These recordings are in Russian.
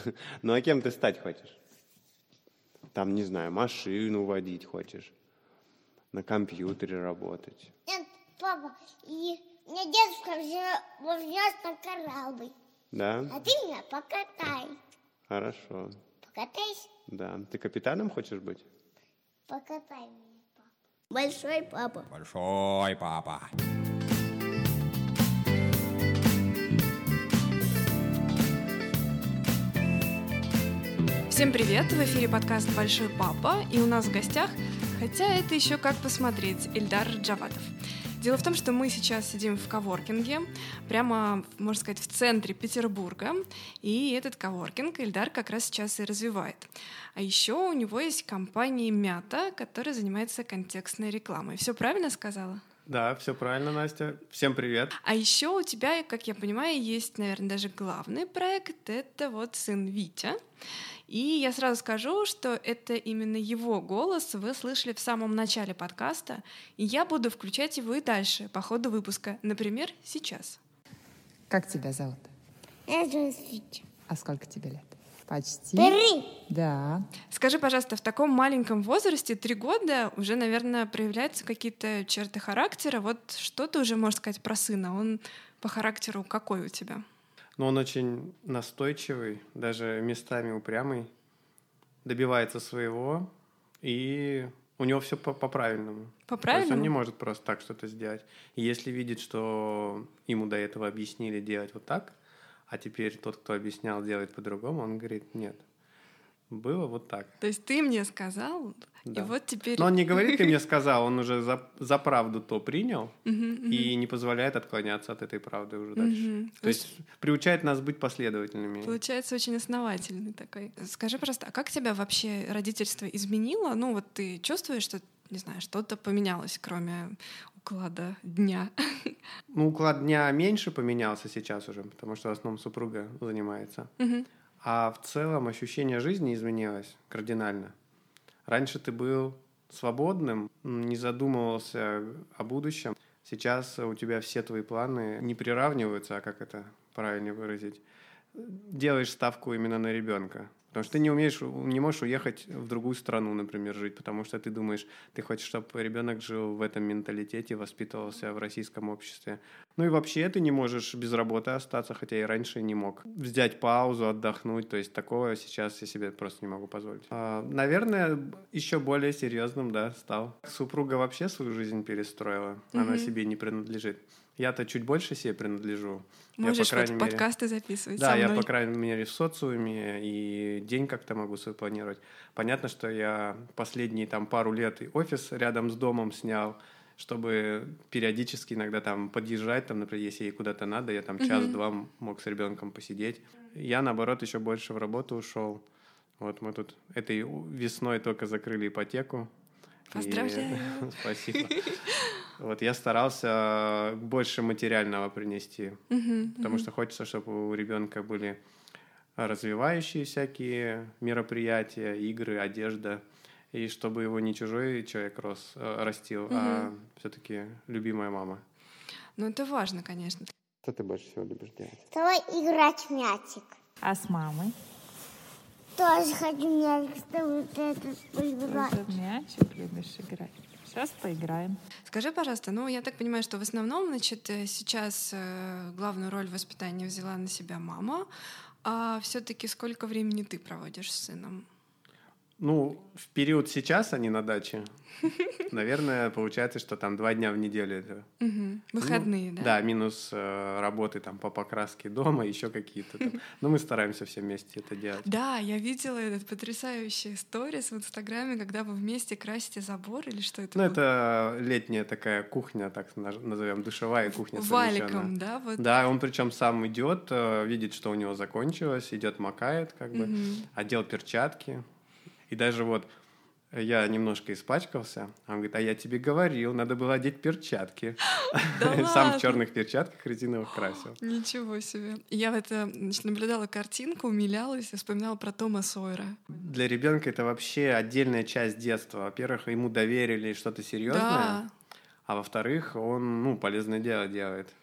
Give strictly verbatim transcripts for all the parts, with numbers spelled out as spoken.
Ну, а кем ты стать хочешь? Там, не знаю, машину водить хочешь? На компьютере работать? Нет, папа, и меня дедушка возьмет на корабль. Да? А ты меня покатай. Хорошо. Покатайся? Да. Ты капитаном хочешь быть? Покатай меня, папа. Большой папа. Большой папа. Всем привет! В эфире подкаст «Большой папа», и у нас в гостях, хотя это еще как посмотреть, Ильдар Джаватов. Дело в том, что мы сейчас сидим в коворкинге, прямо, можно сказать, в центре Петербурга, и этот коворкинг Ильдар как раз сейчас и развивает. А еще у него есть компания «Мята», которая занимается контекстной рекламой. Все правильно сказала? Да, все правильно, Настя. Всем привет. А еще у тебя, как я понимаю, есть, наверное, даже главный проект — это вот сын Витя. И я сразу скажу, что это именно его голос вы слышали в самом начале подкаста, и я буду включать его и дальше, по ходу выпуска, например, сейчас. Как тебя зовут? Я зовут Витя. А сколько тебе лет? Почти. Три. Да. Скажи, пожалуйста, в таком маленьком возрасте, три года, уже, наверное, проявляются какие-то черты характера. Вот что ты уже можешь сказать про сына? Он по характеру какой у тебя? Ну, он очень настойчивый, даже местами упрямый, добивается своего, и у него все по- по-правильному. По-правильному? То есть он не может просто так что-то сделать. И если видит, что ему до этого объяснили делать вот так, а теперь тот, кто объяснял, делает по-другому, он говорит, нет, было вот так. То есть ты мне сказал, Да. и вот теперь... Но он не говорит, ты мне сказал, он уже за, за правду то принял и не позволяет отклоняться от этой правды уже дальше. То есть приучает нас быть последовательными. Получается, очень основательный такой. Скажи, пожалуйста, а как тебя вообще родительство изменило? Ну вот ты чувствуешь, что, не знаю, что-то поменялось, кроме уклада дня? Ну, уклад дня меньше поменялся сейчас уже, потому что в основном супруга занимается. А в целом ощущение жизни изменилось кардинально. Раньше ты был свободным, не задумывался о будущем. Сейчас у тебя все твои планы не приравниваются, а как это правильно выразить, делаешь ставку именно на ребенка. Потому что ты не умеешь, не можешь уехать в другую страну, например, жить, потому что ты думаешь, ты хочешь, чтобы ребенок жил в этом менталитете, воспитывался в российском обществе. Ну и вообще ты не можешь без работы остаться, хотя и раньше не мог. Взять паузу, отдохнуть, то есть такого сейчас я себе просто не могу позволить. А, наверное, еще более серьезным, да, стал. Супруга вообще свою жизнь перестроила, mm-hmm. она себе не принадлежит. Я-то чуть больше себе принадлежу. Можешь я, по вот мере... подкасты записывать Да, со мной. я, по крайней мере, в социуме, и день как-то могу свой планировать. Понятно, что я последние там пару лет и офис рядом с домом снял, чтобы периодически иногда там подъезжать, там, например, если ей куда-то надо, я там mm-hmm. час-два мог с ребенком посидеть. Я, наоборот, еще больше в работу ушел. Вот мы тут этой весной только закрыли ипотеку. Поздравляю! И... Спасибо. Вот я старался больше материального принести, uh-huh, потому uh-huh. что хочется, чтобы у ребенка были развивающие всякие мероприятия, игры, одежда, и чтобы его не чужой человек рос, растил, uh-huh. а все-таки любимая мама. Ну, это важно, конечно. Что ты больше всего любишь делать? Давай играть в мячик. А с мамой? Тоже хочу мячик, чтобы это поиграть. Тоже в мячик любишь играть? Сейчас поиграем. Скажи, пожалуйста, ну, я так понимаю, что в основном, значит, сейчас э, главную роль в воспитании взяла на себя мама, а все-таки сколько времени ты проводишь с сыном? Ну, в период сейчас они на даче. Наверное, получается, что там два дня в неделю. Это. Угу. Выходные, ну, да? Да, минус э, работы там по покраске дома, еще какие-то там. Но мы стараемся все вместе это делать. Да, я видела этот потрясающий сторис в Инстаграме, когда вы вместе красите забор или что это Ну, было? это летняя такая кухня, так назовем, душевая кухня совмещенная. Валиком, да? Вот. Да, он причем сам идет, видит, что у него закончилось, идет, макает, как бы, Угу. одел перчатки. И даже вот я немножко испачкался, он говорит, а я тебе говорил, надо было одеть перчатки. Да Сам ладно? в черных перчатках резиновых красил. Ничего себе. Я в это, значит, наблюдала картинку, умилялась и вспоминала про Тома Сойера. Для ребенка это вообще отдельная часть детства. Во-первых, ему доверили что-то серьезное, Да. а во-вторых, он ну, полезное дело делает.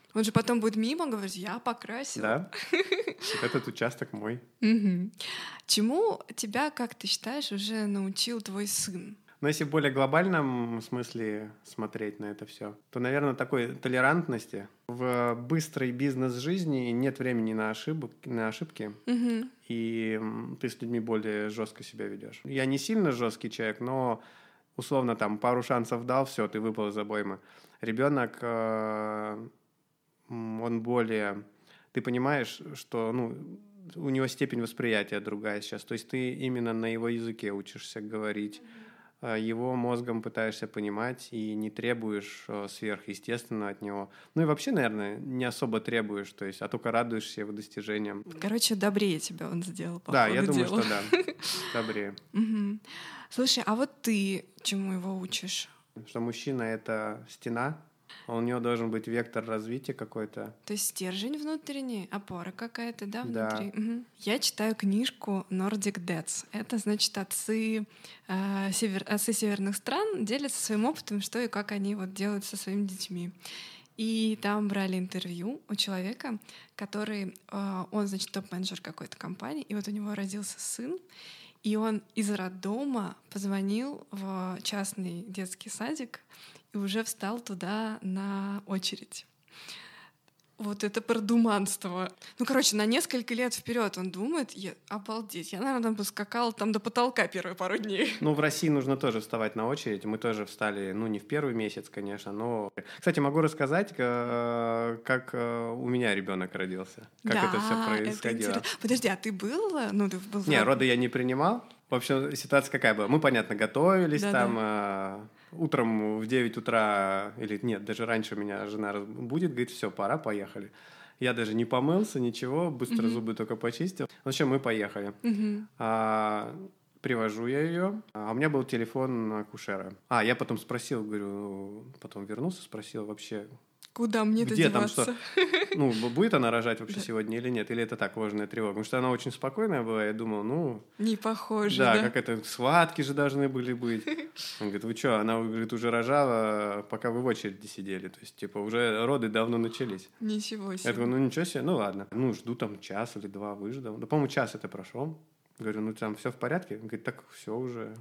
Он же потом будет мимо говорить: я покрасил. Да, вот этот участок мой. Мгм. Чему тебя, как ты считаешь, уже научил твой сын? Но если в более глобальном смысле смотреть на это все, то, наверное, такой толерантности. В быстрой бизнес-жизни нет времени на, ошибок, на ошибки, Мгм. и м, ты с людьми более жестко себя ведешь. Я не сильно жесткий человек, но условно там пару шансов дал, все, ты выпал из обоймы. Ребенок, э, м, он более... Ты понимаешь, что ну, у него степень восприятия другая сейчас. То есть ты именно на его языке учишься говорить, э, его мозгом пытаешься понимать и не требуешь э, сверхъестественного от него. Ну и вообще, наверное, не особо требуешь, то есть, а только радуешься его достижениям. Короче, добрее тебя он сделал, по Да, ходу я думаю, дела. что да, добрее. Мгм. Слушай, а вот ты чему его учишь? Что мужчина — это стена, у него должен быть вектор развития какой-то. То есть стержень внутренний, опора какая-то, да, Да. внутри? Мгм. Я читаю книжку Nordic Dads. Это, значит, отцы, э, север- отцы северных стран делятся своим опытом, что и как они вот делают со своими детьми. И там брали интервью у человека, который, э, он, значит, топ-менеджер какой-то компании, и вот у него родился сын, и он из роддома позвонил в частный детский садик и уже встал туда на очередь. Вот это продуманство. Ну, короче, на несколько лет вперед он думает: я, обалдеть, я, наверное, там бы скакала там до потолка первые пару дней. Ну, в России нужно тоже вставать на очередь. Мы тоже встали, ну, не в первый месяц, конечно, но... Кстати, могу рассказать, э, как э, у меня ребенок родился. Как Да, это все это происходило. интересно. Подожди, а ты был? э, Ну, ты был в Не, род- роды я не принимал. В общем, ситуация какая была? Мы, понятно, готовились Да-да. там. э, Утром в девять утра, или нет, даже раньше меня жена раз- будет, говорит: все, пора, поехали. Я даже не помылся, ничего, быстро Мгм. зубы только почистил. В общем, мы поехали. Мгм. А, привожу я ее, а у меня был телефон акушера. А, я потом спросил, говорю, потом вернулся, спросил вообще, Куда мне-то где там деваться? что? Ну, б- будет она рожать вообще Да. сегодня или нет? Или это так, ложная тревога? Потому что она очень спокойная была, я думал, ну, Не похоже, да, да? как это, схватки же должны были быть. Он говорит: вы что, она, говорит, уже рожала, пока вы в очереди сидели. То есть, типа, уже роды давно начались. Ничего Я себе. говорю: ну ничего себе, ну ладно. Ну, жду там час или два, выждал. Да, по-моему, час это прошел. Говорю: ну там все в порядке? Он говорит: так все уже.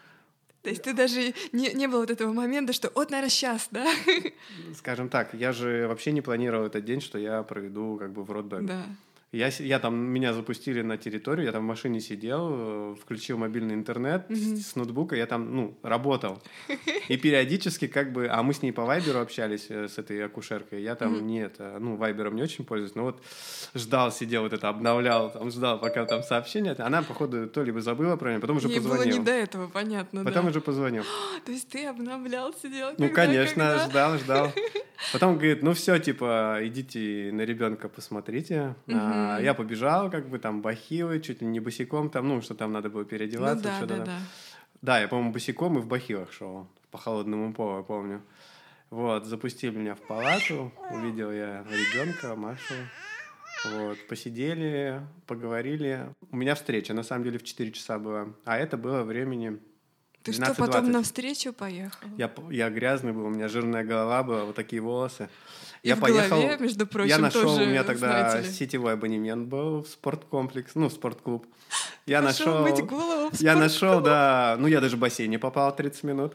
То есть ты даже не, не было вот этого момента, что вот, наверное, сейчас, да? Скажем так, я же вообще не планировал этот день, что я проведу как бы в роддоме. Да. Я, с- я там, меня запустили на территорию, я там в машине сидел, э, включил мобильный интернет с, с ноутбука, я там, ну, работал. И периодически как бы, а мы с ней по вайберу общались, э, с этой акушеркой, я там не это, ну, вайбером не очень пользуюсь, но вот ждал, сидел вот это, обновлял, там ждал, пока там сообщение, она, походу, то либо забыла про меня, потом уже Ей было позвонил. не до этого, понятно, Потом да. уже позвонил. То есть ты обновлял, сидел, Ну, когда, конечно, когда? ждал, ждал. Потом говорит: ну все, типа, идите на ребенка посмотрите. А, я побежал, как бы там бахилы, чуть ли не босиком, там, ну, что там надо было Ну переодеваться. да, что-то да, там. да. Да, я, по-моему, босиком и в бахилах шел, по холодному полу, я помню. Вот, запустили меня в палату, увидел я ребенка, Машу. Вот, посидели, поговорили. У меня встреча, на самом деле, в четыре часа была. А это было времени Ты что, двенадцать потом двадцать. навстречу поехал? Я, п- я грязный был, у меня жирная голова была, вот такие волосы. И я в поехал, голове, между прочим, я нашел, тоже, у меня тогда знаете ли. сетевой абонемент был в спорткомплекс, ну, в спортклуб. Я Пошел нашел, мыть голову в я спортклуб. нашел, да, ну, я даже в бассейн не попал тридцать минут.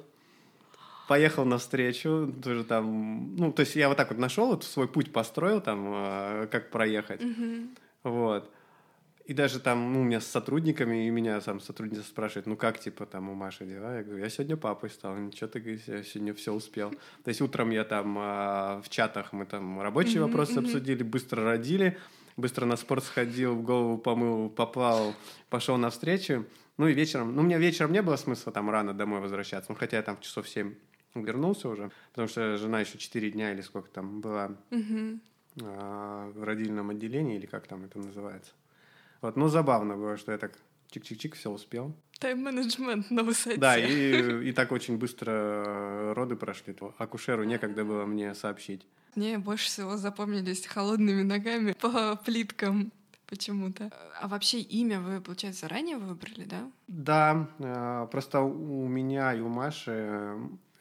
Поехал навстречу, тоже там, ну, то есть я вот так вот нашел, вот свой путь построил там, э, как проехать. Вот. И даже там, ну, у меня с сотрудниками, и меня сам сотрудница спрашивает: ну, как, типа, там у Маши дела? Я говорю: я сегодня папой стал. Ничего, ты говоришь, я сегодня все успел. То есть утром я там а, в чатах, мы там рабочие Мгм, вопросы мгм. обсудили, быстро родили, быстро на спорт сходил, голову помыл, поплавал, пошел навстречу. Ну, и вечером, ну, у меня вечером не было смысла там рано домой возвращаться, ну, хотя я там в часов семь вернулся уже, потому что жена еще четыре дня или сколько там была Мгм. а, в родильном отделении, или как там это называется. Вот, ну, забавно было, что я так чик-чик-чик, все успел. Тайм-менеджмент на высоте. Да, и, и так очень быстро роды прошли. Акушеру некогда было мне сообщить. Мне больше всего запомнились холодными ногами по плиткам почему-то. А вообще имя вы, получается, заранее выбрали, да? Да, э, просто у меня и у Маши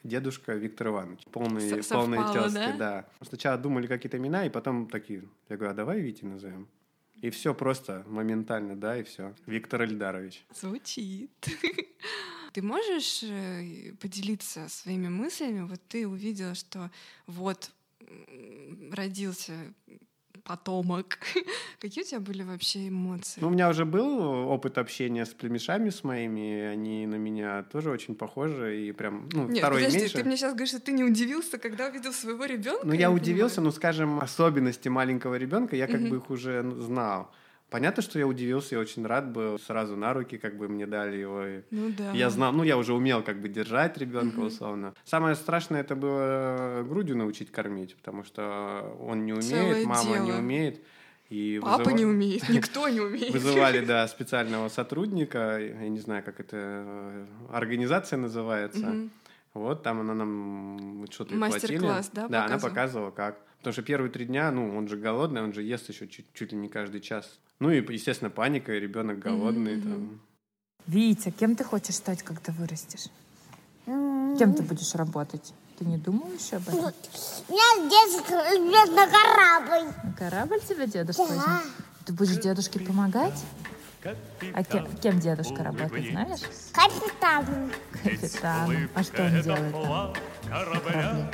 дедушка Виктор Иванович. Полные, С- полные совпало, тезки, да? да. Сначала думали какие-то имена, и потом такие, я говорю, а давай Вити назовем. И все просто, моментально, да, и все. Виктор Ильдарович. Звучит. Ты можешь э, поделиться своими мыслями? Вот ты увидела, что вот м, родился потомок. Какие у тебя были вообще эмоции? Ну, у меня уже был опыт общения с племешами с моими, и они на меня тоже очень похожи, и прям, ну, Нет, второй подожди, меньше. ты мне сейчас говоришь, что ты не удивился, когда увидел своего ребенка? Ну, я удивился, но, скажем, особенности маленького ребенка, я как Мгм. бы их уже знал. Понятно, что я удивился, я очень рад был, сразу на руки как бы мне дали его. и Ну да. Я знал, ну, я уже умел как бы держать ребенка Мгм. условно. Самое страшное это было грудью научить кормить, потому что он не умеет, Целое мама не дело. умеет. И Папа вызыва- не умеет, никто не умеет. Вызывали, да, специального сотрудника, я не знаю, как это э, организация называется. Мгм. Вот, там она нам что-то и Мастер-класс, платили. да, Да, она показывала? показывала, как. Потому что первые три дня, ну, он же голодный, он же ест еще чуть, чуть ли не каждый час. Ну и, естественно, паника, и ребенок голодный. Мгм, там. Витя, кем ты хочешь стать, когда вырастешь? Кем ты будешь работать? Ты не думал еще об этом? Меня дедушка идет на корабль. На корабль тебя дедушка Да. возьмет? Ты будешь дедушке помогать? А кем, кем дедушка работает, знаешь? Капитан. Капитаном. А что он делает там на корабле?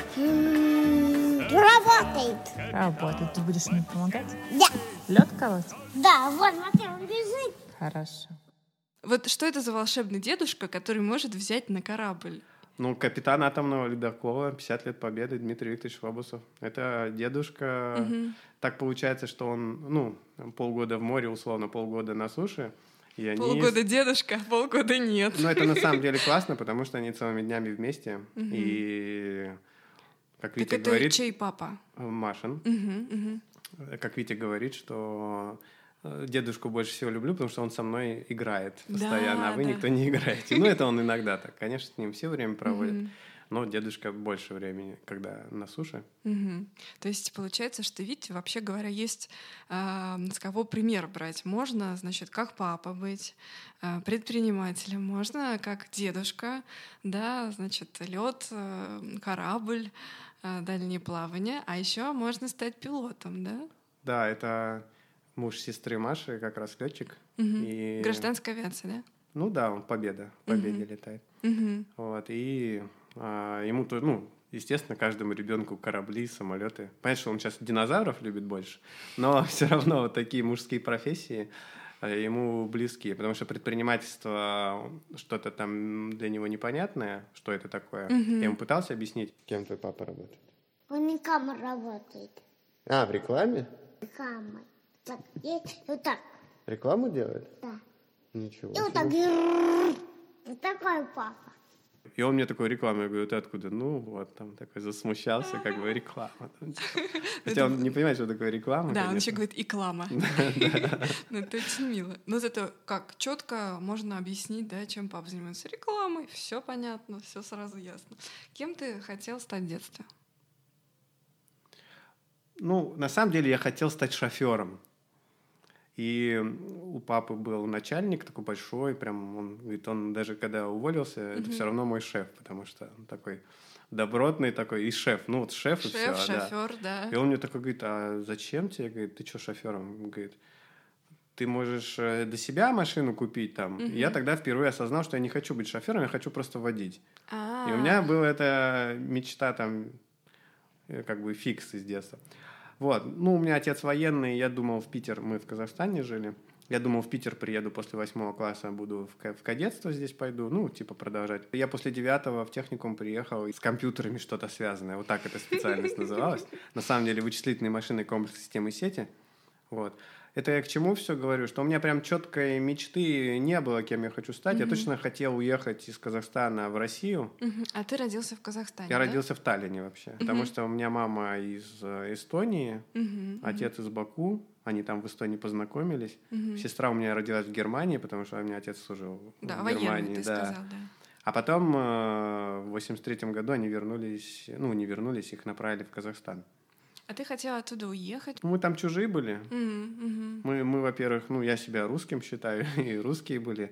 М, Работает. Работает. Ты будешь ему помогать? Да. Лед колоть? Да, вот смотри, он бежит. Хорошо. Вот что это за волшебный дедушка, который может взять на корабль? Ну, капитан атомного ледокола, пятьдесят лет победы, Дмитрий Викторович Лобусов. Это дедушка. Мгм. Так получается, что он, ну, полгода в море, условно, полгода на суше. И они... Полгода дедушка, а полгода нет. Ну, это на самом деле классно, потому что они целыми днями вместе. Мгм. И, как Так Витя это говорит, чей папа? Машин, Мгм, мгм. как Витя говорит, что э, дедушку больше всего люблю, потому что он со мной играет постоянно, Да, а вы да. никто не играете. Ну, это он иногда так. Конечно, с ним все время проводит, Мгм. но дедушка больше времени, когда на суше. Мгм. То есть получается, что, видите, вообще говоря, есть а, с кого пример брать. Можно, значит, как папа быть а, предпринимателем, можно как дедушка, да, значит, лед, корабль, а, дальние плавания, а еще можно стать пилотом, да? Да, это муж сестры Маши, как раз летчик. Мгм. И... Гражданская авиация, да? Ну да, он Победа, в Победе Мгм. летает. Мгм. Вот, и а, ему то, ну, естественно, каждому ребенку корабли, самолеты. Понятно, что он сейчас динозавров любит больше, но все равно вот такие мужские профессии а, ему близкие, потому что предпринимательство что-то там для него непонятное, что это такое. Мгм. Я ему пытался объяснить. Кем твой папа работает? Он не камера работает. А, в рекламе? Камера. Так, и вот так, Рекламу делает? да. Ничего. И вот так. грррр. Вот такой папа. И он мне такой рекламу, я говорю, ты откуда? Ну, вот, там такой засмущался, как бы реклама. Там, типа. Хотя он не понимает, что такое реклама. Да, он конечно. еще говорит иклама. Ну, это очень мило. Но зато как четко можно объяснить, да, чем папа занимается рекламой. Все понятно, все сразу ясно. Кем ты хотел стать в детстве? Ну, на самом деле я хотел стать шофером. И у папы был начальник такой большой, прям он говорит, он даже когда уволился, это Мгм. все равно мой шеф, потому что он такой добротный такой, и шеф, ну вот шеф, и Шеф, все, да. шофер, да. И он мне такой говорит, а зачем тебе? Говорит, ты что шофером? Он говорит, ты можешь э, для себя машину купить там. И я Мгм. тогда впервые осознал, что я не хочу быть шофером, я хочу просто водить. А, И у меня была эта мечта там, э, как бы фикс из детства. Вот. Ну, у меня отец военный, я думал, в Питер, мы в Казахстане жили, я думал, в Питер приеду после восьмого класса, буду в, ка- в кадетство здесь пойду, ну, типа продолжать. Я после девятого в техникум приехал, и с компьютерами что-то связанное, вот так эта специальность называлась. На самом деле вычислительные машины, комплекс системы сети. Вот. Это я к чему все говорю, что у меня прям четкой мечты не было, кем я хочу стать. Я Мгм. точно хотел уехать из Казахстана в Россию. мгм. А ты родился в Казахстане, Я да? родился в Таллине вообще, потому Мгм. что у меня мама из э, Эстонии, Мгм, отец из Баку, они там в Эстонии познакомились. мгм. Сестра у меня родилась в Германии, потому что у меня отец служил Да, в военный, Германии. ты да. сказал, да. А потом э, в восемьдесят третьем году они вернулись, ну, не вернулись, их направили в Казахстан. А ты хотела оттуда уехать? Мы там чужие были. Mm-hmm. Мы, мы, во-первых, ну, я себя русским считаю, и русские были.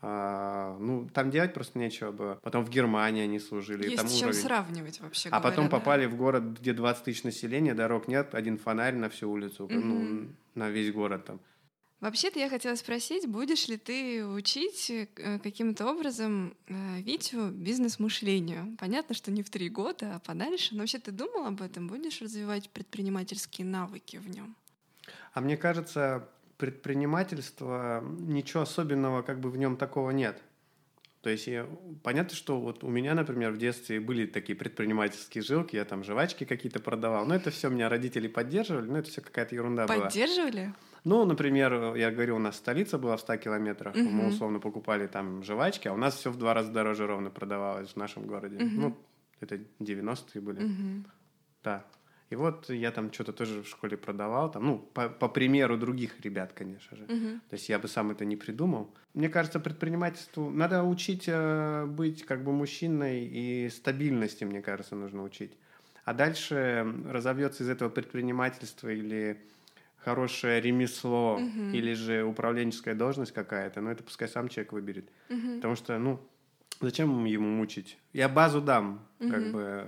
А, ну, там делать просто нечего было. Потом в Германии они служили. Есть там с чем уровень. сравнивать вообще А говоря, потом да? попали в город, где двадцать тысяч населения, дорог нет, один фонарь на всю улицу, Mm-hmm. ну, на весь город там. Вообще-то я хотела спросить, будешь ли ты учить э, каким-то образом э, Витю бизнес-мышлению? Понятно, что не в три года, а подальше. Но вообще ты думал об этом? Будешь развивать предпринимательские навыки в нем? А мне кажется, предпринимательство, ничего особенного как бы в нем такого нет. То есть я, понятно, что вот у меня, например, в детстве были такие предпринимательские жилки, я там жвачки какие-то продавал, но это все меня родители поддерживали, но это все какая-то ерунда была. Поддерживали? Ну, например, я говорю, у нас столица была в ста километрах, Uh-huh. мы условно покупали там жвачки, а у нас все в два раза дороже ровно продавалось в нашем городе. Uh-huh. Ну, это девяностые были. Uh-huh. Да. И вот я там что-то тоже в школе продавал, там, ну, по, по примеру других ребят, конечно же. Uh-huh. То есть я бы сам это не придумал. Мне кажется, предпринимательству надо учить э, быть как бы мужчиной, и стабильности, мне кажется, нужно учить. А дальше разовьется из этого предпринимательства или хорошее ремесло, uh-huh. или же управленческая должность какая-то, но это пускай сам человек выберет. Uh-huh. Потому что, ну, зачем ему мучить? Я базу дам, uh-huh. как бы,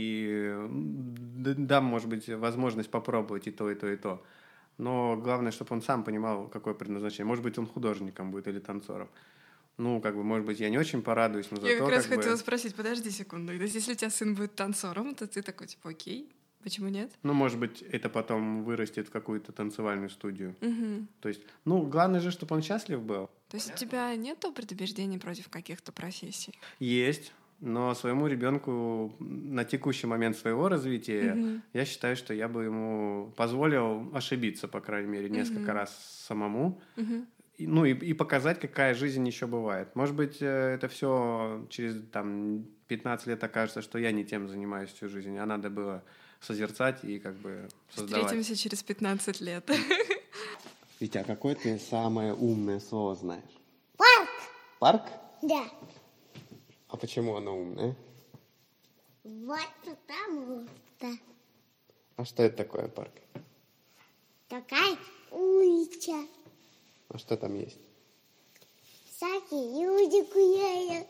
и дам, может быть, возможность попробовать и то, и то, и то. Но главное, чтобы он сам понимал, какое предназначение. Может быть, он художником будет или танцором. Ну, как бы, может быть, я не очень порадуюсь, но зато Я как раз как хотела бы... спросить, подожди секунду, если у тебя сын будет танцором, то ты такой, типа, окей, почему нет? Ну, может быть, это потом вырастет в какую-то танцевальную студию. Угу. То есть, ну, главное же, чтобы он счастлив был. То есть у тебя нету предубеждений против каких-то профессий? Есть, но своему ребенку на текущий момент своего развития Угу. я считаю, что я бы ему позволил ошибиться, по крайней мере, несколько Мгм. раз самому. Угу. И, ну и, и показать, какая жизнь еще бывает. Может быть, э, это все через там, пятнадцать лет окажется, что я не тем занимаюсь всю жизнь, а надо было созерцать и как бы создавать. Встретимся через пятнадцать лет. Витя, а какое ты самое умное слово знаешь? Парк. Парк? Да. А почему оно умное? Вот потому что А что это такое парк? такая улица. А что там есть? Всякие люди гуляют.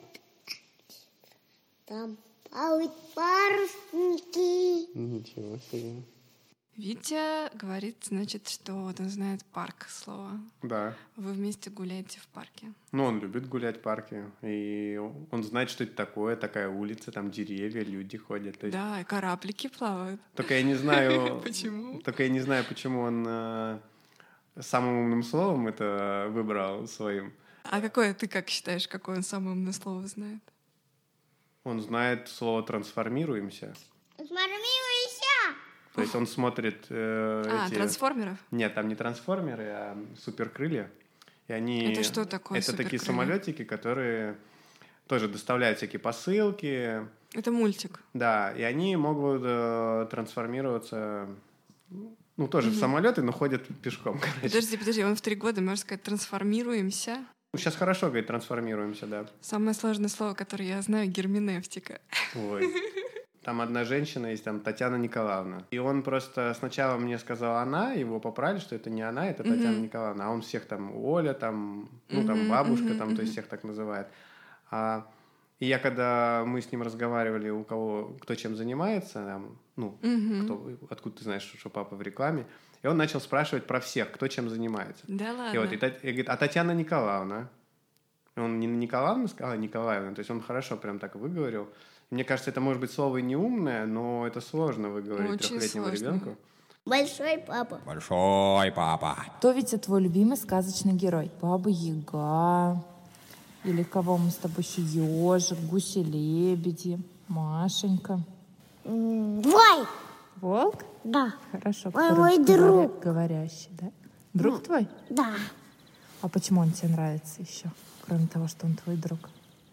Там плавают парусники. Ничего себе. Витя говорит, значит, что вот он знает парк слово. Да. Вы вместе гуляете в парке. Ну, он любит гулять в парке. И он знает, что это такое, такая улица, там деревья, люди ходят. То есть... Да, и кораблики плавают. Только я не знаю... Почему? Только я не знаю, почему он э, самым умным словом это выбрал своим. А какое ты как считаешь, какое он самое умное слово знает? Он знает слово «трансформируемся». Сформируйся. То есть он смотрит э, А, эти... трансформеров? Нет, там не трансформеры, а суперкрылья. И они... Это что такое Это такие суперкрылья? самолетики, которые тоже доставляют всякие посылки. Это мультик. Да, и они могут э, трансформироваться, ну, тоже в самолеты, но ходят пешком, короче. Подожди, подожди, он в три года, можно сказать, трансформируемся. Ну, сейчас хорошо, говорит, трансформируемся, да. Самое сложное слово, которое я знаю, герменевтика. Ой. Там одна женщина есть, там Татьяна Николаевна. И он просто сначала мне сказал она, его поправили, что это не она, это Татьяна Мгм. Николаевна. А он всех там Оля, там, ну, там Мгм, бабушка, мгм, там, то есть мгм. всех так называет. А, и я когда мы с ним разговаривали, у кого, кто чем занимается, там, ну, Мгм. кто, откуда ты знаешь, что папа в рекламе, и он начал спрашивать про всех, кто чем занимается. Да ладно. И вот, и, Тат- и говорит, а Татьяна Николаевна? И он не Николаевна сказал, а Николаевна. То есть он хорошо прям так выговорил. Мне кажется, это может быть слово и не умное, но это сложно выговорить Очень трехлетнему сложно. ребенку. Большой папа. Большой папа. Кто ведь твой любимый сказочный герой? Баба Яга? Или кого мы с тобой еще? Ежик, гуси-лебеди, Машенька. М, Двой. Волк? Да. Хорошо. Ой, который мой говоря- друг. Говорящий, да? Друг твой? Да. А почему он тебе нравится еще? Кроме того, что он твой друг.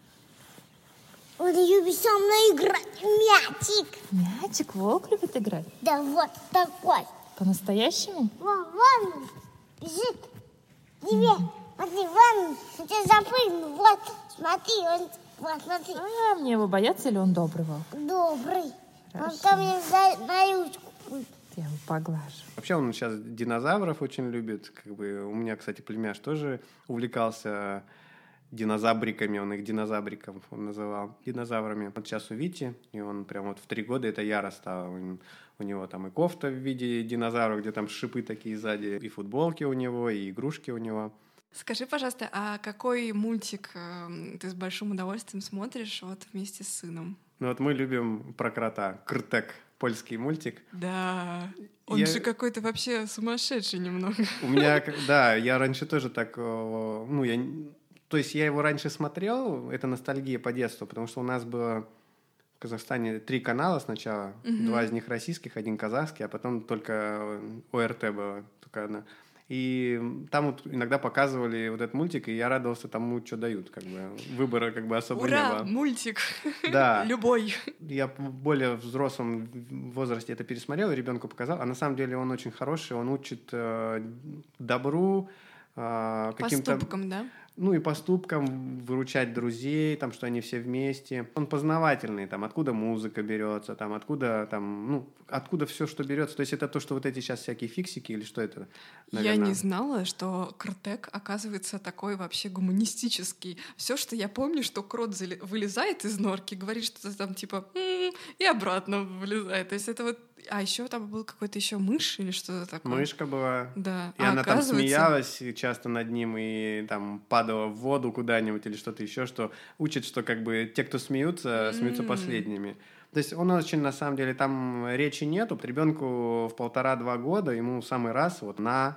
Он любит со мной играть в мячик. Мячик, волк любит играть? Да вот такой. По-настоящему? Вон, вон он бежит. Тебе. Смотри, вон, сейчас запрыгну. Вот, смотри, он, вот, смотри. А, мне его бояться или он добрый волк? Добрый. Он Хорошо. ко мне за- на ручку будет. Ты Я его поглажу. Вообще он сейчас динозавров очень любит. Как бы у меня, кстати, племяш тоже увлекался динозавриками, он их динозавриком он называл, динозаврами. Вот сейчас у Вити, и он прям вот в три года это яро стало. У, у него там и кофта в виде динозавра, где там шипы такие сзади, и футболки у него, и игрушки у него. Скажи, пожалуйста, а какой мультик э, ты с большим удовольствием смотришь вот вместе с сыном? Ну вот мы любим про крота, Кртек, польский мультик. Да, он я... же какой-то вообще сумасшедший немного. У меня, да, я раньше тоже так, ну, я... То есть я его раньше смотрел, это ностальгия по детству, потому что у нас было в Казахстане три канала сначала, mm-hmm. два из них российских, один казахский, а потом только ОРТ было, только одна. И там вот иногда показывали вот этот мультик, и я радовался тому, что дают, как бы выбора как бы особо Ура, не было. Мультик! Да. Любой. Я в более взрослом возрасте это пересмотрел, и ребенку показал, а на самом деле он очень хороший, он учит э, добру, э, каким-то... Поступкам, да? Ну и поступкам, выручать друзей, там, что они все вместе. Он познавательный, там, откуда музыка берется, там, откуда, там, ну, откуда все, что берется. То есть это то, что вот эти сейчас всякие фиксики или что это? Наверное? Я не знала, что Кртек оказывается такой вообще гуманистический. Все, что я помню, что крот зали- вылезает из норки, говорит что-то там типа м-м", и обратно вылезает. То есть это вот. А еще там был какой-то еще мышь или что-то такое. Мышка была. Да. И а она оказывается... там смеялась часто над ним и там падала в воду куда-нибудь или что-то еще, что учит, что как бы те, кто смеются, mm-hmm. смеются последними. То есть он очень, на самом деле, там речи нету. Ребенку в полтора-два года, ему в самый раз вот на,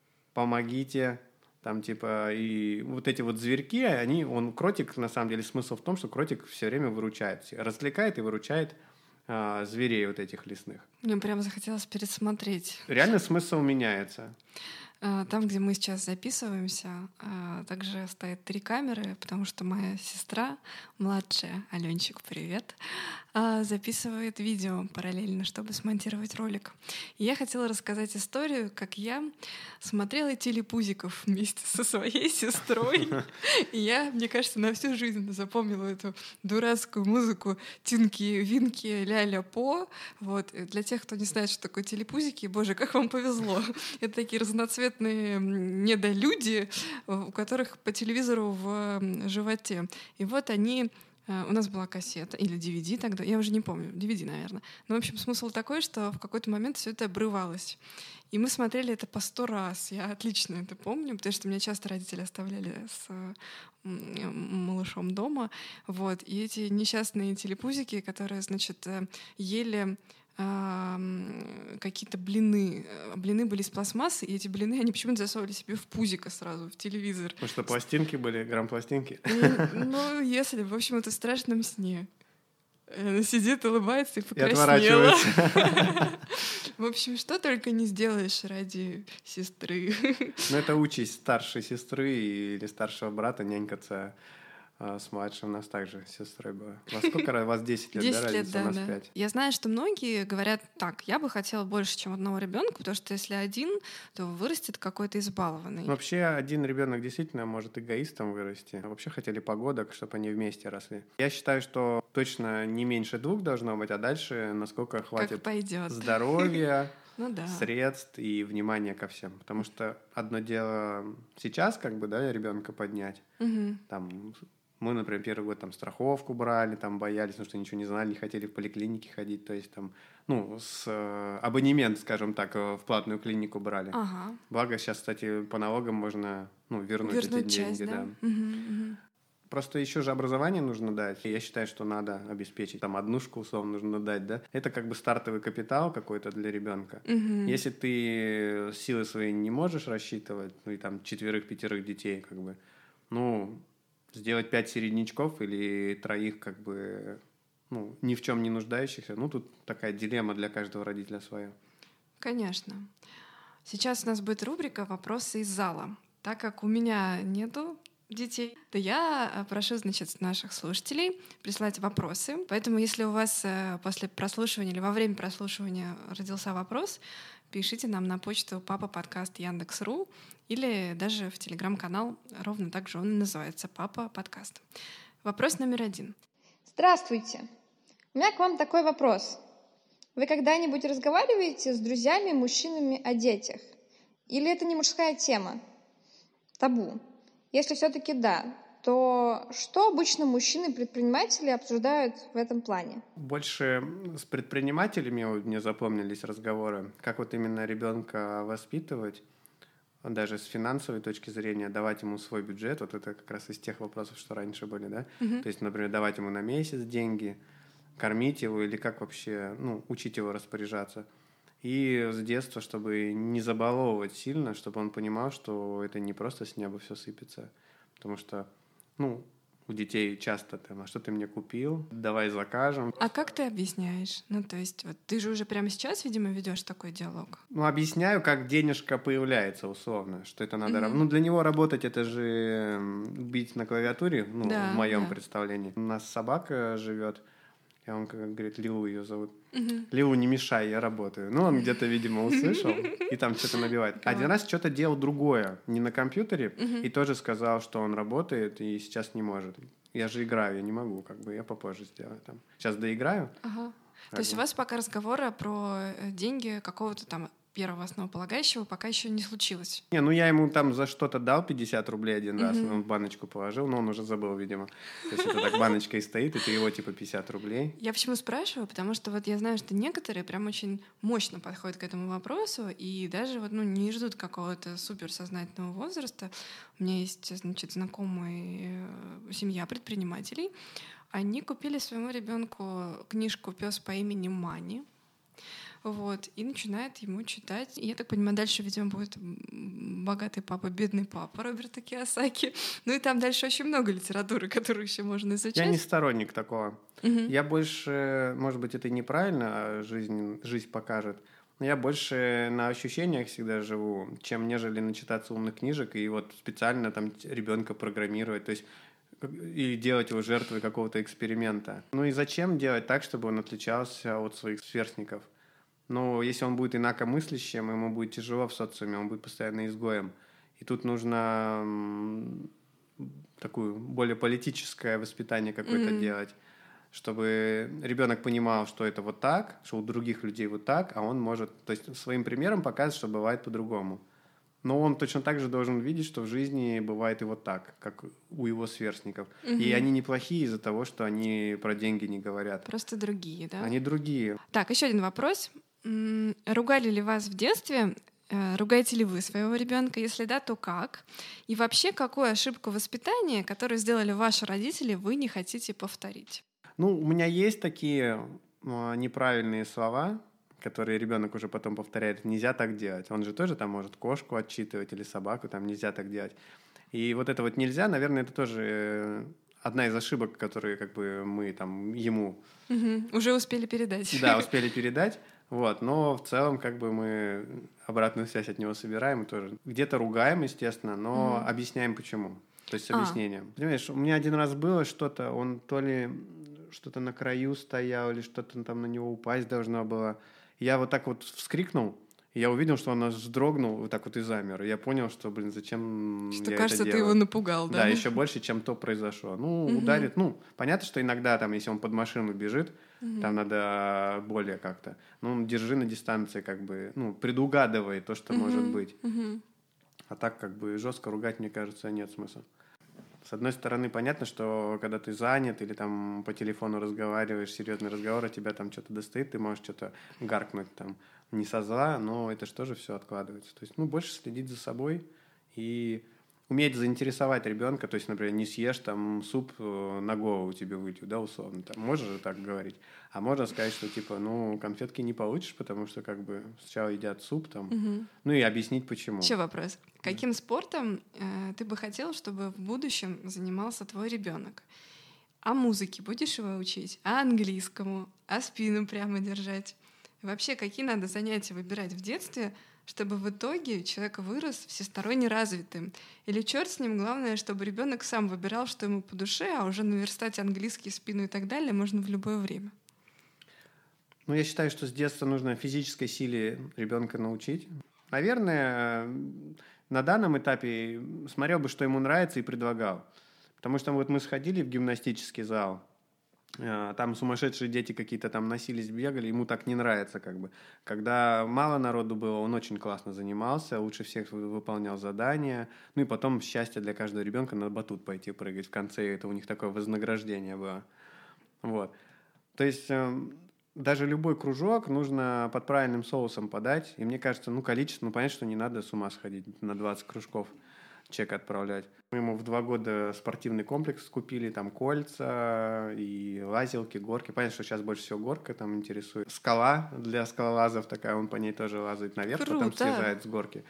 помогите, там типа, и вот эти вот зверьки, они, он, кротик, на самом деле, смысл в том, что кротик все время выручает, развлекает и выручает а, зверей вот этих лесных. Мне прям захотелось пересмотреть. Реально смысл меняется. Там, где мы сейчас записываемся, также стоят три камеры, потому что моя сестра, младшая, Аленчик, привет, записывает видео параллельно, чтобы смонтировать ролик. И я хотела рассказать историю, как я смотрела телепузиков вместе со своей сестрой. И я, мне кажется, на всю жизнь запомнила эту дурацкую музыку Тинки-Винки, Ля-Ля-По. Вот. Для тех, кто не знает, что такое телепузики, боже, как вам повезло. Это такие разноцветные недолюди, у которых по телевизору в животе. И вот они... У нас была кассета или ди ви ди тогда, я уже не помню, ди ви ди, наверное. Но, в общем, смысл такой, что в какой-то момент все это обрывалось. И мы смотрели это по сто раз. Я отлично это помню, потому что меня часто родители оставляли с малышом дома. Вот. И эти несчастные телепузики, которые, значит, ели какие-то блины. Блины были из пластмассы, и эти блины, они почему-то засовывали себе в пузико сразу, в телевизор. Потому что пластинки были, грамм-пластинки. Ну, если, в общем, это в страшном сне. Она сидит, улыбается и покраснела. И отворачивается. В общем, что только не сделаешь ради сестры. Ну, это участь старшей сестры или старшего брата нянькаться с младшим. У нас также с сестрой была. Во сколько раз? У вас десять лет, десять да, лет, разница? да, У нас да. пять. Я знаю, что многие говорят так: я бы хотела больше, чем одного ребенка, потому что если один, то вырастет какой-то избалованный. Вообще один ребенок действительно может эгоистом вырасти. А вообще хотели погодок, чтобы они вместе росли. Я считаю, что точно не меньше двух должно быть, а дальше насколько хватит здоровья, ну, да. средств и внимания ко всем. Потому что одно дело сейчас как бы, да, ребенка поднять. Угу. Там... Мы, например, первый год там страховку брали, там боялись, потому что ничего не знали, не хотели в поликлинике ходить, то есть там, ну, с э, абонемент, скажем так, в платную клинику брали. Ага. Благо сейчас, кстати, по налогам можно, ну, вернуть, вернуть эти часть, деньги, да. да. Угу, угу. Просто еще же образование нужно дать. Я считаю, что надо обеспечить. Там однушку, условно, нужно дать, да. Это как бы стартовый капитал какой-то для ребенка. Угу. Если ты силы свои не можешь рассчитывать, ну и там четверых-пятерых детей, как бы, ну... Сделать пять середнячков или троих, как бы, ну, ни в чем не нуждающихся. Ну, тут такая дилемма для каждого родителя своя. Конечно. Сейчас у нас будет рубрика «Вопросы из зала». Так как у меня нету детей, то я прошу, значит, наших слушателей присылать вопросы. Поэтому, если у вас после прослушивания или во время прослушивания родился вопрос, пишите нам на почту папа подкаст Яндекс.ру или даже в телеграм-канал, ровно так же он и называется, папа подкаст. Вопрос номер один. Здравствуйте. У меня к вам такой вопрос. Вы когда-нибудь разговариваете с друзьями, мужчинами о детях? Или это не мужская тема? Табу? Если все-таки да, то что обычно мужчины-предприниматели обсуждают в этом плане? Больше с предпринимателями вот мне запомнились разговоры, как вот именно ребенка воспитывать, даже с финансовой точки зрения, давать ему свой бюджет. Вот это как раз из тех вопросов, что раньше были, да? Мгм. То есть, например, давать ему на месяц деньги, кормить его или как вообще, ну, учить его распоряжаться. И с детства, чтобы не забаловывать сильно, чтобы он понимал, что это не просто с неба все сыпется. Потому что, ну, у детей часто там, а что ты мне купил? Давай закажем. А как ты объясняешь? Ну, то есть, вот ты же уже прямо сейчас, видимо, ведешь такой диалог. Ну, объясняю, как денежка появляется условно, что это надо... Мгм. раб- Ну, для него работать это же м, бить на клавиатуре, ну, Да, в моем да. представлении. У нас собака живет, и он как говорит, Лилу ее зовут. Мгм. Лилу, не мешай, я работаю. Ну, он где-то, видимо, услышал и там что-то набивает. Один раз что-то делал другое, не на компьютере, Мгм. и тоже сказал, что он работает и сейчас не может. Я же играю, я не могу, как бы я попозже сделаю там. Сейчас доиграю. Ага. как То есть у бы. вас пока разговора про э, деньги какого-то там первого основополагающего пока еще не случилось. Не, ну я ему там за что-то дал пятьдесят рублей один раз, Мгм. он в баночку положил, но он уже забыл, видимо. То есть это так баночка и стоит, это его типа пятьдесят рублей. Я почему спрашиваю? Потому что вот я знаю, что некоторые прям очень мощно подходят к этому вопросу и даже вот, ну, не ждут какого-то суперсознательного возраста. У меня есть, значит, знакомые э, семья предпринимателей. Они купили своему ребенку книжку «Пес по имени Мани». Вот, и начинает ему читать. И я так понимаю, дальше, видимо, будет м, «Богатый папа, бедный папа» Роберта Кийосаки. Ну и там дальше очень много литературы, которую еще можно изучать. Я не сторонник такого. Мгм. Я больше, может быть, это неправильно, а жизнь, жизнь покажет, но я больше на ощущениях всегда живу, чем нежели начитаться умных книжек и вот специально там ребенка программировать, то есть как- и делать его жертвой какого-то эксперимента. Ну и зачем делать так, чтобы он отличался от своих сверстников? Но если он будет инакомыслящим, ему будет тяжело в социуме, он будет постоянно изгоем. И тут нужно м, такое более политическое воспитание какое-то Мгм. делать, чтобы ребенок понимал, что это вот так, что у других людей вот так, а он может, то есть своим примером показывать, что бывает по-другому. Но он точно так же должен видеть, что в жизни бывает и вот так, как у его сверстников. И Мгм. они неплохие из-за того, что они про деньги не говорят. Просто другие, да? Они другие. Так, еще один вопрос. М, Ругали ли вас в детстве? Э, Ругаете ли вы своего ребенка? Если да, то как? И вообще, какую ошибку воспитания, которую сделали ваши родители, вы не хотите повторить? Ну, у меня есть такие а, неправильные слова, которые ребенок уже потом повторяет. Нельзя так делать. Он же тоже там может кошку отчитывать или собаку, там нельзя так делать. И вот это вот нельзя, наверное, это тоже э, одна из ошибок, которые как бы мы там ему Мгм. Уже успели передать. да, успели передать. Вот, но в целом как бы мы обратную связь от него собираем и тоже где-то ругаем, естественно, но Мгм. объясняем почему. То есть с А. объяснением. Понимаешь, у меня один раз было что-то, он то ли что-то на краю стоял, или что-то там на него упасть должно было. Я вот так вот вскрикнул, и я увидел, что он аж вздрогнул вот так вот и замер. И я понял, что, блин, зачем Что, я кажется, это ты делаю. его напугал, да? Да, еще больше, чем то произошло. Ну, Мгм. ударит. Ну, понятно, что иногда, там, если он под машину бежит, Мгм. там надо более как-то. Ну, держи на дистанции, как бы, ну, предугадывай то, что может Мгм. быть. Мгм. А так, как бы, жестко ругать, мне кажется, нет смысла. С одной стороны, понятно, что когда ты занят или там по телефону разговариваешь, серьезный разговор, а тебя там что-то достает, ты можешь что-то гаркнуть там не со зла, но это же тоже все откладывается. То есть, ну, больше следить за собой и уметь заинтересовать ребенка, то есть, например, не съешь там суп э, на голову тебе вылью, да, условно, там, можно же так говорить, а можно сказать, что типа, ну, конфетки не получишь, потому что как бы сначала едят суп там, Мгм. ну и объяснить почему. Еще вопрос. Каким спортом э, ты бы хотел, чтобы в будущем занимался твой ребенок? А музыке будешь его учить? А английскому? А спину прямо держать? Вообще, какие надо занятия выбирать в детстве, чтобы в итоге человек вырос всесторонне развитым? Или черт с ним, главное, чтобы ребенок сам выбирал, что ему по душе, а уже наверстать английский, спину и так далее можно в любое время? Ну, я считаю, что с детства нужно физической силе ребенка научить. Наверное, на данном этапе смотрел бы, что ему нравится, и предлагал. Потому что вот мы сходили в гимнастический зал, там сумасшедшие дети какие-то там носились, бегали, ему так не нравится как бы. Когда мало народу было, он очень классно занимался, лучше всех выполнял задания. Ну и потом счастье для каждого ребенка на батут пойти прыгать в конце, это у них такое вознаграждение было. Вот. То есть даже любой кружок нужно под правильным соусом подать, и мне кажется, ну количество, ну понятно, что не надо с ума сходить на двадцать кружков чек отправлять. Мы ему в два года спортивный комплекс купили, там кольца и лазилки, горки. Понятно, что сейчас больше всего горка там интересует. Скала для скалолазов такая, он по ней тоже лазает наверх, Круто. Потом съезжает с горки.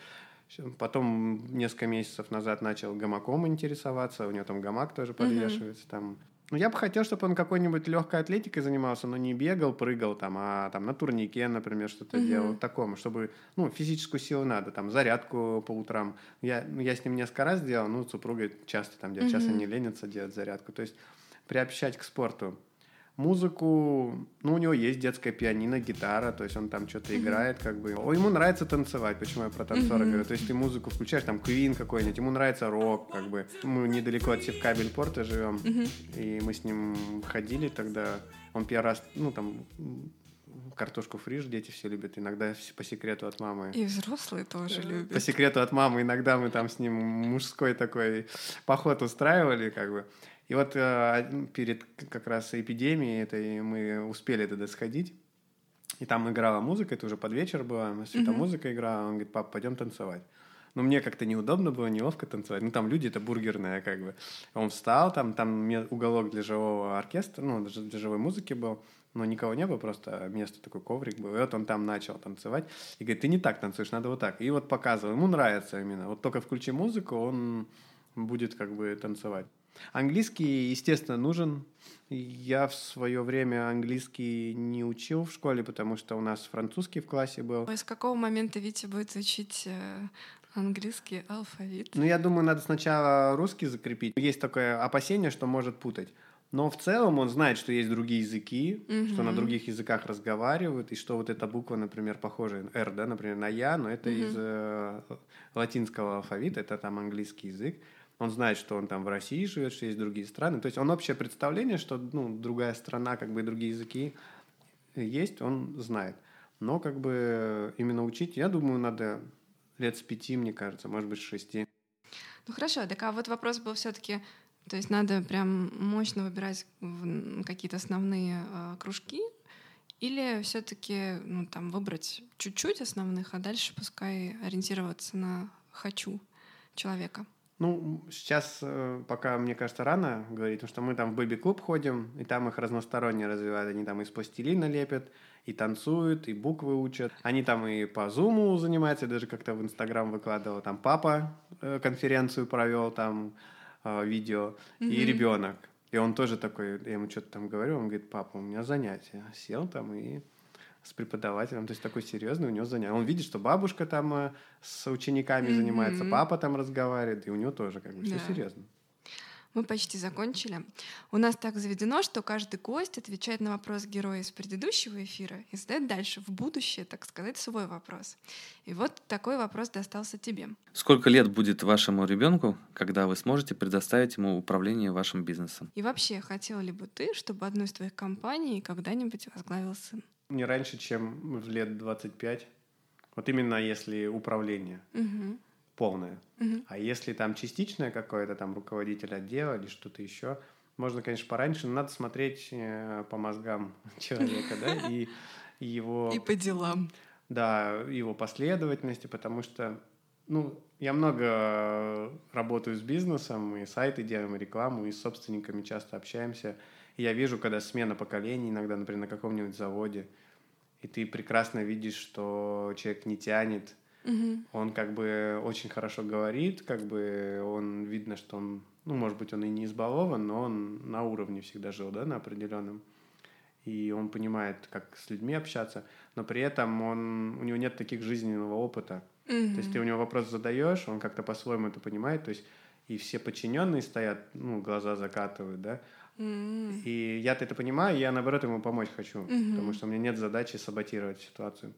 Потом несколько месяцев назад начал гамаком интересоваться, у него там гамак тоже подвешивается. Mm-hmm. Там. Ну, я бы хотел, чтобы он какой-нибудь легкой атлетикой занимался, но не бегал, прыгал, там, а там на турнике, например, что-то mm-hmm. делал, такому, чтобы, ну, физическую силу надо, там, зарядку по утрам. Я, я с ним несколько раз делал, ну, супруга часто там делает, mm-hmm. сейчас они ленятся делать зарядку. То есть приобщать к спорту. Музыку, ну, у него есть детская пианино, гитара, то есть он там что-то mm-hmm. играет, как бы. О, ему нравится танцевать, почему я про танцора mm-hmm. говорю. То есть ты музыку включаешь, там, Queen какой-нибудь, ему нравится рок, как бы. Мы недалеко от Севкабель-порта живем, mm-hmm. и мы с ним ходили тогда. Он первый раз, ну, там, картошку фри, дети все любят, иногда по секрету от мамы. И взрослые тоже любят. По секрету от мамы иногда мы там с ним мужской такой поход устраивали, как бы. И вот э, перед как раз эпидемией этой мы успели тогда сходить, и там играла музыка, это уже под вечер было, светомузыка mm-hmm. играла, он говорит, пап, пойдем танцевать. Но мне как-то неудобно было, неловко танцевать, ну там люди, это бургерная как бы. Он встал, там, там уголок для живого оркестра, ну для живой музыки был, но никого не было, просто место, такой коврик был, и вот он там начал танцевать, и говорит, ты не так танцуешь, надо вот так. И вот показывал, ему нравится именно, вот только включи музыку, он будет как бы танцевать. Английский, естественно, нужен. Я в свое время английский не учил в школе, потому что у нас французский в классе был. А с какого момента Витя будет учить английский алфавит? Ну, я думаю, надо сначала русский закрепить. Есть такое опасение, что может путать. Но в целом он знает, что есть другие языки, mm-hmm. что на других языках разговаривают, и что вот эта буква, например, похожа, R, да, например, на «я», но это mm-hmm. из э, латинского алфавита, это там английский язык. Он знает, что он там в России живет, что есть другие страны. То есть он общее представление, что ну, другая страна, как бы другие языки есть, он знает. Но как бы именно учить, я думаю, надо лет с пяти, мне кажется, может быть, с шести. Ну хорошо, так а вот вопрос был все-таки, то есть надо прям мощно выбирать какие-то основные э, кружки, или все-таки ну, там, выбрать чуть-чуть основных, а дальше пускай ориентироваться на «хочу» человека? Ну, сейчас пока, мне кажется, рано говорить, потому что мы там в бэби-клуб ходим, и там их разносторонне развивают. Они там из пластилина лепят, и танцуют, и буквы учат. Они там и по зуму занимаются, я даже как-то в Инстаграм выкладывал. Там папа конференцию провел, там видео, mm-hmm. и ребенок. И он тоже такой, я ему что-то там говорю, он говорит, папа, у меня занятия. Сел там и... с преподавателем, то есть такой серьезный у него занятие. Он видит, что бабушка там э, с учениками mm-hmm. занимается, папа там разговаривает, и у него тоже как бы да. все серьезно. Мы почти закончили. У нас так заведено, что каждый гость отвечает на вопрос героя из предыдущего эфира и задает дальше, в будущее, так сказать, свой вопрос. И вот такой вопрос достался тебе. Сколько лет будет вашему ребенку, когда вы сможете предоставить ему управление вашим бизнесом? И вообще, хотела ли бы ты, чтобы одну из твоих компаний когда-нибудь возглавил сын? Не раньше, чем в лет двадцать пять. Вот именно если управление угу. полное. Угу. А если там частичное какое-то, там руководитель отдела или что-то еще, можно, конечно, пораньше, но надо смотреть э, по мозгам человека, да, и его... И по делам. Да, его последовательности, потому что, ну, я много работаю с бизнесом, и сайты делаем, и рекламу, и с собственниками часто общаемся. И я вижу, когда смена поколений, иногда, например, на каком-нибудь заводе, и ты прекрасно видишь, что человек не тянет, mm-hmm. он как бы очень хорошо говорит, как бы он видно, что он, ну, может быть, он и не избалован, но он на уровне всегда жил, да, на определенном. И он понимает, как с людьми общаться, но при этом он, у него нет таких жизненного опыта. Mm-hmm. То есть ты у него вопрос задаешь, он как-то по-своему это понимает, то есть и все подчиненные стоят, ну, глаза закатывают, да. Mm-hmm. И я-то это понимаю, я, наоборот, ему помочь хочу, mm-hmm. потому что у меня нет задачи саботировать ситуацию.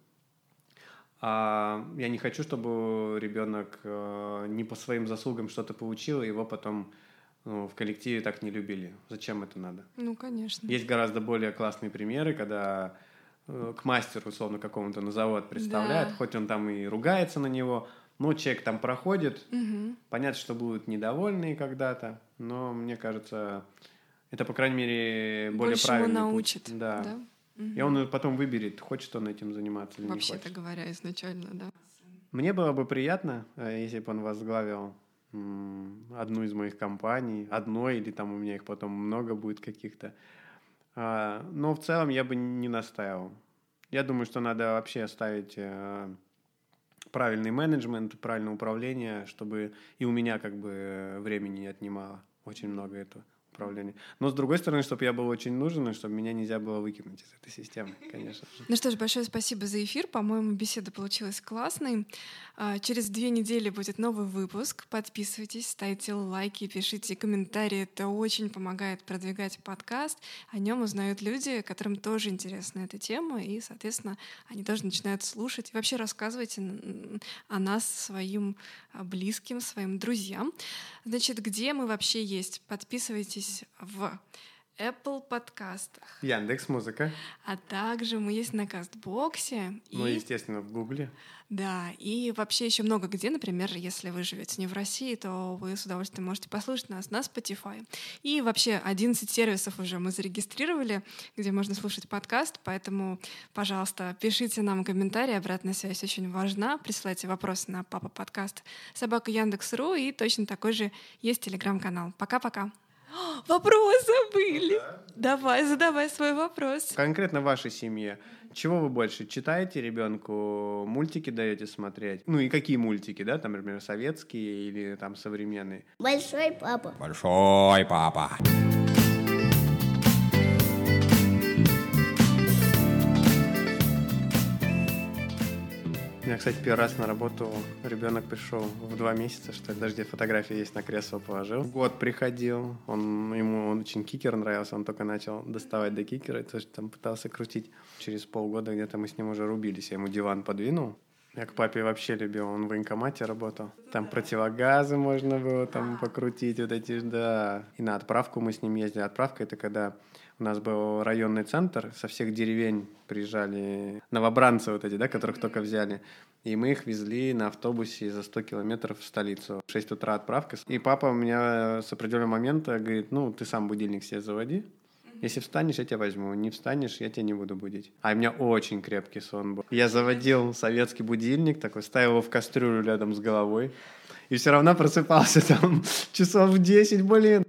А я не хочу, чтобы ребенок э, не по своим заслугам что-то получил, и его потом ну, в коллективе так не любили. Зачем это надо? Ну, конечно. Есть гораздо более классные примеры, когда э, к мастеру, условно, какому-то на завод представляют, Да. хоть он там и ругается на него, но человек там проходит. Угу. Понятно, что будут недовольны когда-то, но мне кажется, это, по крайней мере, более Больше правильный его путь. научит. Да. Да? И он потом выберет, хочет он этим заниматься или не Вообще-то хочет. говоря, изначально, да. Мне было бы приятно, э, если бы он возглавил м, одну из моих компаний, одной, или там у меня их потом много будет каких-то. А, но в целом я бы не настаивал. Я думаю, что надо вообще оставить э, правильный менеджмент, правильное управление, чтобы и у меня как бы э, времени не отнимало очень много этого управления. Но, с другой стороны, чтобы я был очень нужен, и чтобы меня нельзя было выкинуть из этой системы, конечно же. Ну что ж, большое спасибо за эфир. По-моему, беседа получилась классной. А, Через две недели будет новый выпуск. Подписывайтесь, ставьте лайки, пишите комментарии. Это очень помогает продвигать подкаст. О нем узнают люди, которым тоже интересна эта тема, и, соответственно, они тоже начинают слушать. И вообще рассказывайте н- о нас своим а, близким, своим друзьям. Значит, где мы вообще есть? Подписывайтесь в Apple подкастах, Яндекс.Музыка, а также мы есть на Кастбоксе. ну, И, естественно, в Гугле. да, и вообще еще много где, например, если вы живете не в России, то вы с удовольствием можете послушать нас на Spotify. И вообще одиннадцать сервисов уже мы зарегистрировали, где можно слушать подкаст, поэтому, пожалуйста, пишите нам комментарии, обратная связь очень важна, присылайте вопросы на папа подкаст собака Яндекс.ру, и точно такой же есть телеграм-канал. Пока-пока. Вопрос забыли. Давай, задавай свой вопрос. Конкретно в вашей семье. Чего вы больше читаете ребенку, мультики даете смотреть? Ну и какие мультики, да, там, например, советские или там современные? Большой папа. Большой папа. У меня, кстати, первый раз на работу ребенок пришел в два месяца, что ли, даже где фотография есть, на кресло положил. Год приходил, он, ему он очень кикер нравился, он только начал доставать до кикера, и тоже там пытался крутить. Через полгода где-то мы с ним уже рубились, я ему диван подвинул. Я к папе вообще любил, он в военкомате работал. Там противогазы можно было там покрутить, вот эти, да. И на отправку мы с ним ездили. Отправка — это когда у нас был районный центр, со всех деревень приезжали новобранцы вот эти, да, которых только взяли. И мы их везли на автобусе за сто километров в столицу. В шесть утра отправка. И папа у меня с определенного момента говорит, ну, ты сам будильник себе заводи. Если встанешь, я тебя возьму. Не встанешь, я тебя не буду будить. А у меня очень крепкий сон был. Я заводил советский будильник, такой, ставил его в кастрюлю рядом с головой. И все равно просыпался там часов в десять, блин.